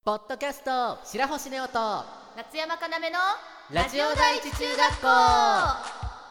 ポッドキャスト白星ネオと夏山かなめのラジオ第一中学校。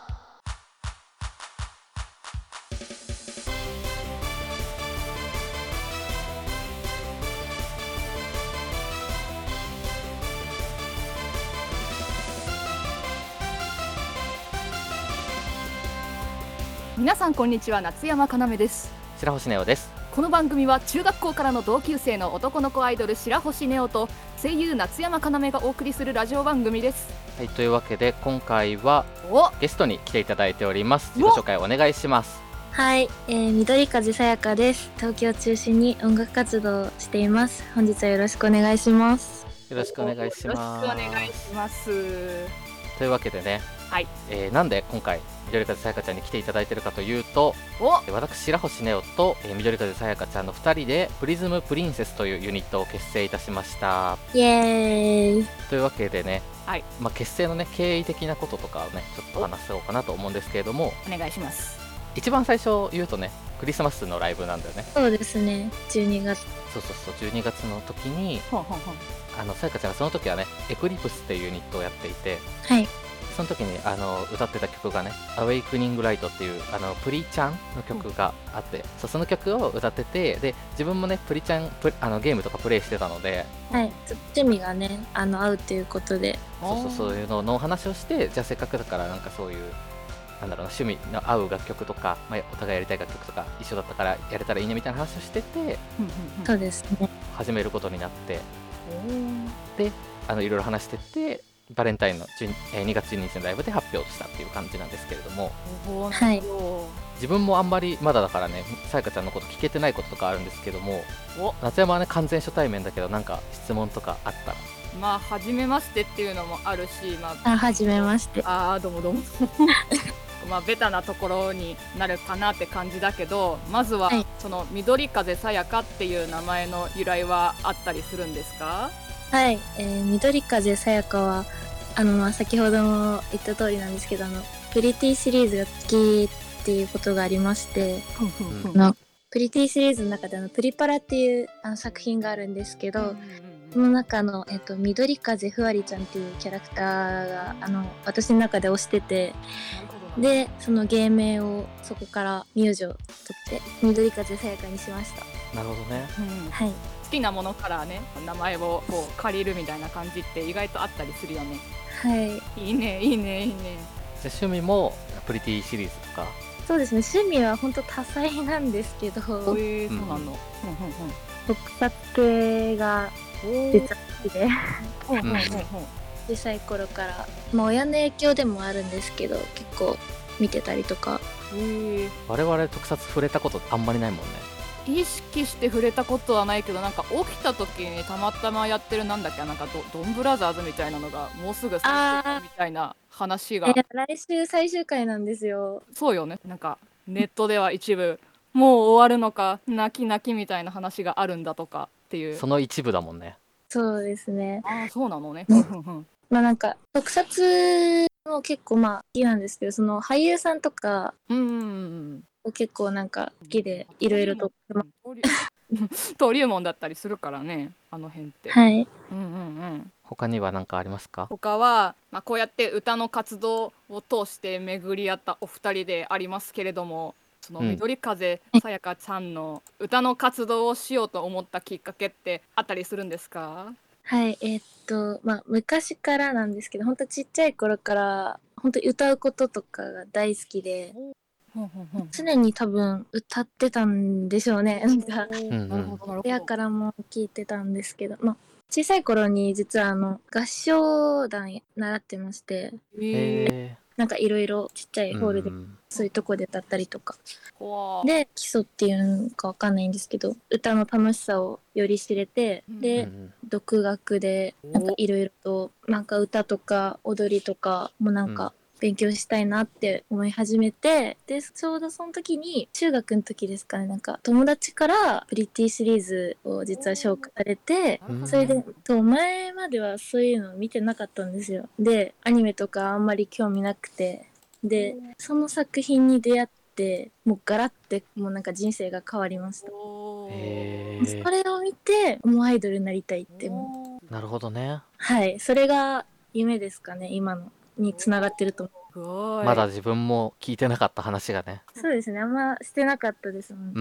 皆さんこんにちは、夏山かなめです。 白星ネオです。 この番組は中学校からの同級生の男の子アイドル白星ネオと声優夏山かなめがお送りするラジオ番組です。 はい、というわけで今回はゲストに来ていただいております。自己紹介お願いします。 はい、緑風さやかです。東京を中心に音楽活動をしています。本日はよろしくお願いします。 よろしくお願いします。 よろしくお願いします。 というわけでね、 はい、 なんで今回緑風さやかちゃんに来ていただいているかというと、私白星ネオと、緑風さやかちゃんの2人でプリズムプリンセスというユニットを結成いたしました。 イエーイ。 というわけでね、 はい、 結成のね経緯的なこととかをねちょっと話そうかなと思うんですけれども、 お願いします。 一番最初言うとね、クリスマスのライブなんだよね。 そうですね、12月。 そう12月の時にさやかちゃんがその時はねエクリプスっていうユニットをやっていて、 はい、 その時に歌ってた曲がねアウェイクニングライトっていうプリちゃんの曲があって、その曲を歌ってて、で自分もねプリちゃんゲームとかプレイしてたので、 はい、趣味がね合うっていうことで、 そういうのお話をして、じゃあせっかくだからなんかそういうなんだろうな、趣味の合う楽曲とか、お互いやりたい楽曲とか一緒だったからやれたらいいねみたいな話をしてて、 そうですね、 始めることになって、でいろいろ話してて、バレンタインの2月12日のライブで発表したっていう感じなんですけれども、 はい、 自分もあんまりまだだからね、さやかちゃんのこと聞けてないこととかあるんですけども、夏山はね完全初対面だけど、なんか質問とかあったら。 初めましてっていうのもあるし、 初めまして。 どうもどうもベタなところになるかなって感じだけど、まずは、その緑風さやかっていう名前の由来はあったりするんですか？ はい、緑風さやかは先ほども言った通りなんですけど、プリティシリーズが好きっていうことがありまして、プリティシリーズの中でプリパラっていう作品があるんですけど、その中の、緑風ふわりちゃんっていうキャラクターが私の中で推してて、でその芸名をそこから名字を取って緑風さやかにしました。 なるほどね、 はい、 好きなものからね名前をこう借りるみたいな感じって意外とあったりするよね。 はい、 いいねいいねいいね。 で趣味もプリティシリーズとか？ そうですね、趣味は本当多彩なんですけど、 そうなの、 特撮系が実は好きで小さい頃から、親の影響でもあるんですけど結構見てたりとか。 我々特撮触れたことあんまりないもんね。 意識して触れたことはないけど、なんか起きた時にたまたまやってるなんかドンブラザーズみたいなのがもうすぐ最終回みたいな話が、 来週最終回なんですよ。 そうよね、なんかネットでは一部もう終わるのか泣き泣きみたいな話があるんだとかっていう、 その一部だもんね。 そうですね。 そうなのね。 なんか特撮も結構好きなんですけど、その俳優さんとか結構なんか好きで、いろいろと登竜門だったりするからね、あの辺って。 はい。 他には何かありますか？ 他は、こうやって歌の活動を通して巡り合ったお二人でありますけれども、その緑風さやかちゃんの歌の活動をしようと思ったきっかけってあったりするんですか？ はい、昔からなんですけど、本当ちっちゃい頃から本当歌うこととかが大好きで、常に多分歌ってたんでしょうね。なんか親からも聞いてたんですけど、小さい頃に実は合唱団習ってまして、なんかいろいろちっちゃいホールでそういうとこで歌ったりとかで、基礎っていうのかわかんないんですけど、歌の楽しさをより知れて、で独学でなんかいろいろとなんか歌とか踊りとかもなんか勉強したいなって思い始めて、でちょうどその時に中学の時ですかね、なんか友達からプリティシリーズを実は紹介されて、それで前まではそういうの見てなかったんですよ。でアニメとかあんまり興味なくて、でその作品に出会って、もうガラッてもうなんか人生が変わりました。 へそれを見てもうアイドルになりたいってもなるほどね。 はいそれが夢ですかね、今のにつながってると思う。 すごい。 まだ自分も聞いてなかった話がね。 そうですね、あんましてなかったですもん。 うんうん。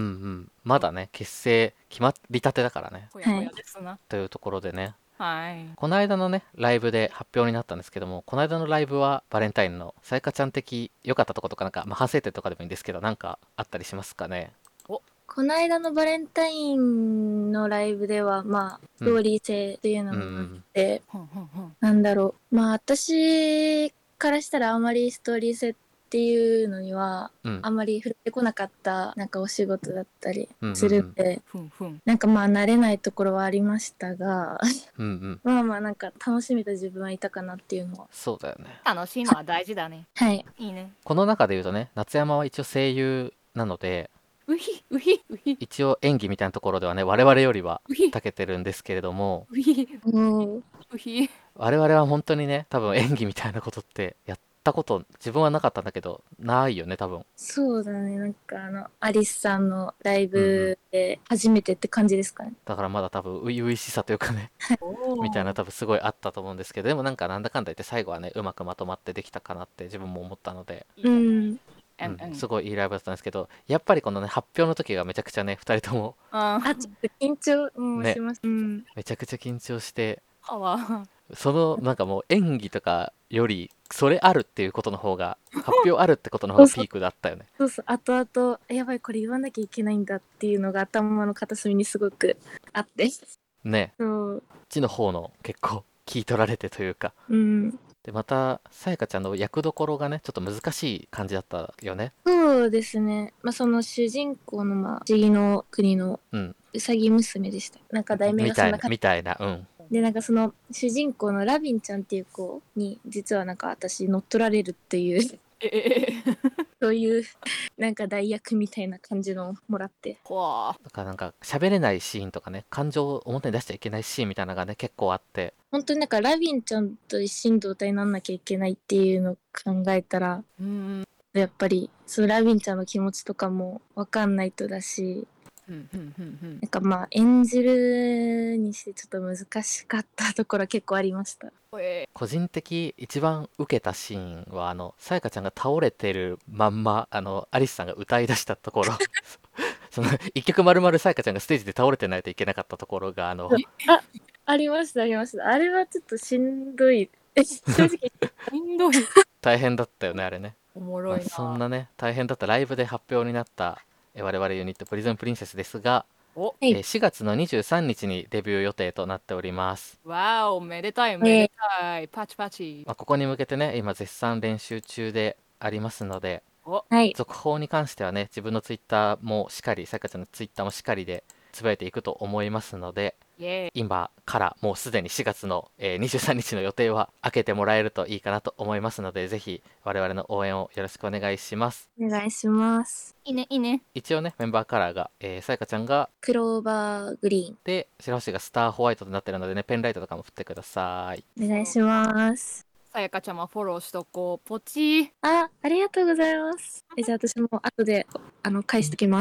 まだね、結成決まりたてだからね。 ほやほやですな。 というところでね。 はい。 この間のね、ライブで発表になったんですけども、この間のライブはバレンタインのさやかちゃん的良かったとことかなんか、まあ、反省点とかでもいいんですけど、なんかあったりしますかね。 この間のバレンタインのライブではまあストーリー性っていうのもあって、なんだろう、まあ私からしたらあまりストーリー性っていうのにはあんまり触れてこなかったなんかお仕事だったりするんで、なんかまあ慣れないところはありましたがまあまあなんか楽しめた自分はいたかなっていうのは。 そうだよね。 楽しいのは大事だね。 はい。 いいね。 この中で言うとね、夏山は一応声優なので、 うひうひうひ一応演技みたいなところではね、我々よりは長けてるんですけれども、 うひうんうひ我々は本当にね、多分演技みたいなことってやったこと自分はなかったんだけど、ないよね、多分。 そうだね、なんかアリスさんのライブで初めてって感じですかね。 だからまだ多分初々しさというかねみたいな多分すごいあったと思うんですけど、でもなんかなんだかんだ言って最後はね、うまくまとまってできたかなって自分も思ったので、 うんすごいいいライブだったんですけど、やっぱりこのね、発表の時がめちゃくちゃね、2人ともあちょっと緊張もねします、うんめちゃくちゃ緊張して、 はそのなんかもう演技とかよりそれあるっていうことの方が、発表あるってことの方がピークだったよね。 そうそう、後々やばいこれ言わなきゃいけないんだっていうのが頭の片隅にすごくあってね、 そうこっちの方の結構聞い取られてというか、 うんでまたさやかちゃんの役どころがねちょっと難しい感じだったよね。 そうですね、まあその主人公のまあ不思議の国のうんうさぎ娘でした。なんか題名みたいがそんな感じなみたいな、うんで、なんかその主人公のラビンちゃんっていう子に実はなんか私乗っ取られるっていうそういうなんか代役みたいな感じのをもらって、 だからなんか喋れないシーンとかね、感情を表に出しちゃいけないシーンみたいなのがね結構あって、 本当になんかラビンちゃんと一心同体になんなきゃいけないっていうのを考えたら、やっぱりそのラビンちゃんの気持ちとかも分かんないとだし、なんかまあ演じるにしてちょっと難しかったところ結構ありました。 個人的一番受けたシーンはさやかちゃんが倒れてるまんまアリスさんが歌い出したところその一曲まるまるさやかちゃんがステージで倒れてないといけなかったところがありましたありました。あれはちょっとしんどい正直しんどい。 大変だったよねあれね。 おもろいな。 そんなね大変だったライブで発表になった我々ユニットプリズンプリンセスですが、4月の23日にデビュー予定となっております。 わお、めでたいめでたい、パチパチ。 ここに向けてね今絶賛練習中でありますので、続報に関してはね自分のツイッターもしっかりさやかちゃんのツイッターもしっかりでつぶやいていくと思いますので、今からもうすでに4月の、23日の予定は開けてもらえるといいかなと思いますので、ぜひ我々の応援をよろしくお願いします。 お願いします。 いいねいいね。 一応ねメンバーカラーがさやかちゃんがクローバーグリーンで白星がスターホワイトとなってるのでね、ペンライトとかも振ってください。 お願いします。 さやかちゃんもフォローしとこう。ポチありがとうございます。じゃあ私も後で返しときます。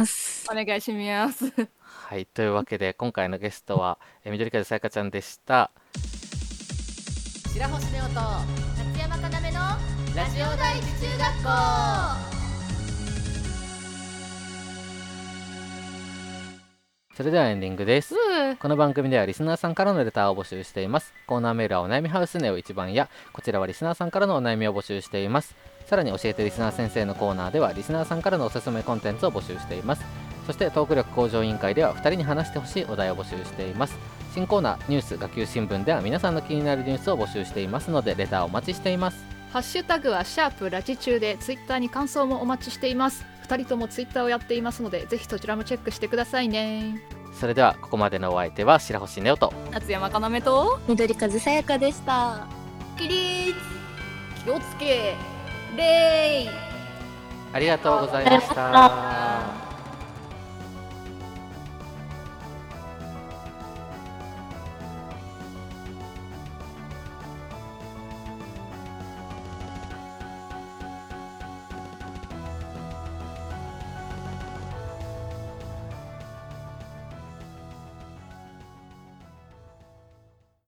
お願いします。 はい、というわけで今回のゲストは緑風さやかちゃんでした。 白星ネオと夏山かなめのラジオ第一中学校。 それではエンディングです。この番組ではリスナーさんからのレターを募集しています。コーナーメールはお悩みハウスネオ1番や、こちらはリスナーさんからのお悩みを募集しています。さらに教えてリスナー先生のコーナーではリスナーさんからのおすすめコンテンツを募集しています。そしてトーク力向上委員会では2人に話してほしいお題を募集しています。新コーナーニュース学級新聞では皆さんの気になるニュースを募集していますので、レターをお待ちしています。 ハッシュタグはシャープラジ中でツイッターに感想もお待ちしています。2人ともツイッターをやっていますので、ぜひそちらもチェックしてくださいね。 それではここまでのお相手は白星ネオと夏山かなめと緑風さやかでした。 起立気をつけレイ。 ありがとうございました。